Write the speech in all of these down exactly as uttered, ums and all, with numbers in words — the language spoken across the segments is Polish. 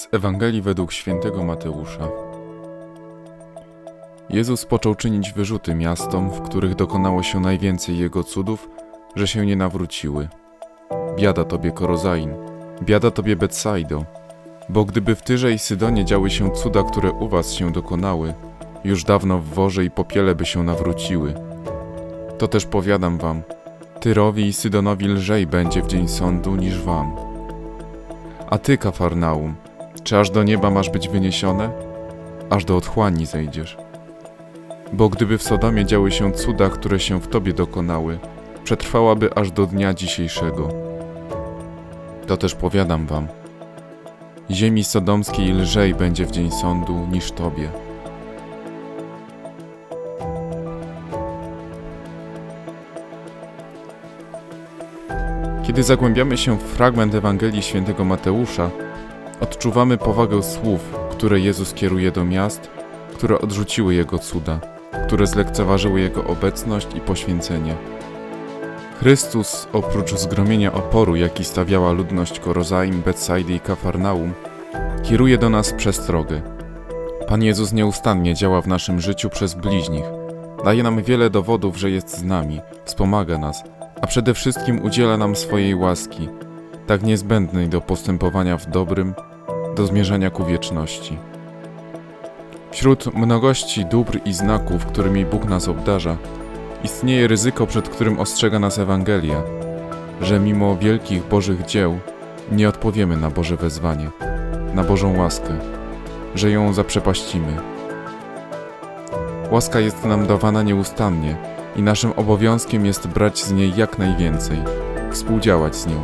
Z Ewangelii według świętego Mateusza. Jezus począł czynić wyrzuty miastom, w których dokonało się najwięcej Jego cudów, że się nie nawróciły. Biada tobie, Korozain, biada tobie, Betsaido, bo gdyby w Tyrze i Sydonie działy się cuda, które u was się dokonały, już dawno w worze i popiele by się nawróciły. To też powiadam wam, Tyrowi i Sydonowi lżej będzie w dzień sądu niż wam. A ty, Kafarnaum, czy aż do nieba masz być wyniesione? Aż do otchłani zejdziesz. Bo gdyby w Sodomie działy się cuda, które się w tobie dokonały, przetrwałaby aż do dnia dzisiejszego. To też powiadam wam, ziemi sodomskiej lżej będzie w dzień sądu niż tobie. Kiedy zagłębiamy się w fragment Ewangelii świętego Mateusza, odczuwamy powagę słów, które Jezus kieruje do miast, które odrzuciły Jego cuda, które zlekceważyły Jego obecność i poświęcenie. Chrystus, oprócz zgromienia oporu, jaki stawiała ludność Korozaim, Betsaidy i Kafarnaum, kieruje do nas przestrogę. Pan Jezus nieustannie działa w naszym życiu przez bliźnich. Daje nam wiele dowodów, że jest z nami, wspomaga nas, a przede wszystkim udziela nam swojej łaski, tak niezbędnej do postępowania w dobrym, do zmierzania ku wieczności. Wśród mnogości dóbr i znaków, którymi Bóg nas obdarza, istnieje ryzyko, przed którym ostrzega nas Ewangelia, że mimo wielkich Bożych dzieł nie odpowiemy na Boże wezwanie, na Bożą łaskę, że ją zaprzepaścimy. Łaska jest nam dawana nieustannie i naszym obowiązkiem jest brać z niej jak najwięcej, współdziałać z nią.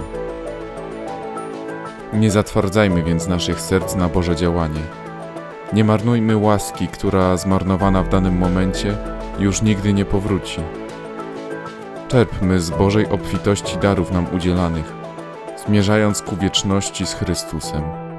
Nie zatwardzajmy więc naszych serc na Boże działanie. Nie marnujmy łaski, która zmarnowana w danym momencie już nigdy nie powróci. Czerpmy z Bożej obfitości darów nam udzielanych, zmierzając ku wieczności z Chrystusem.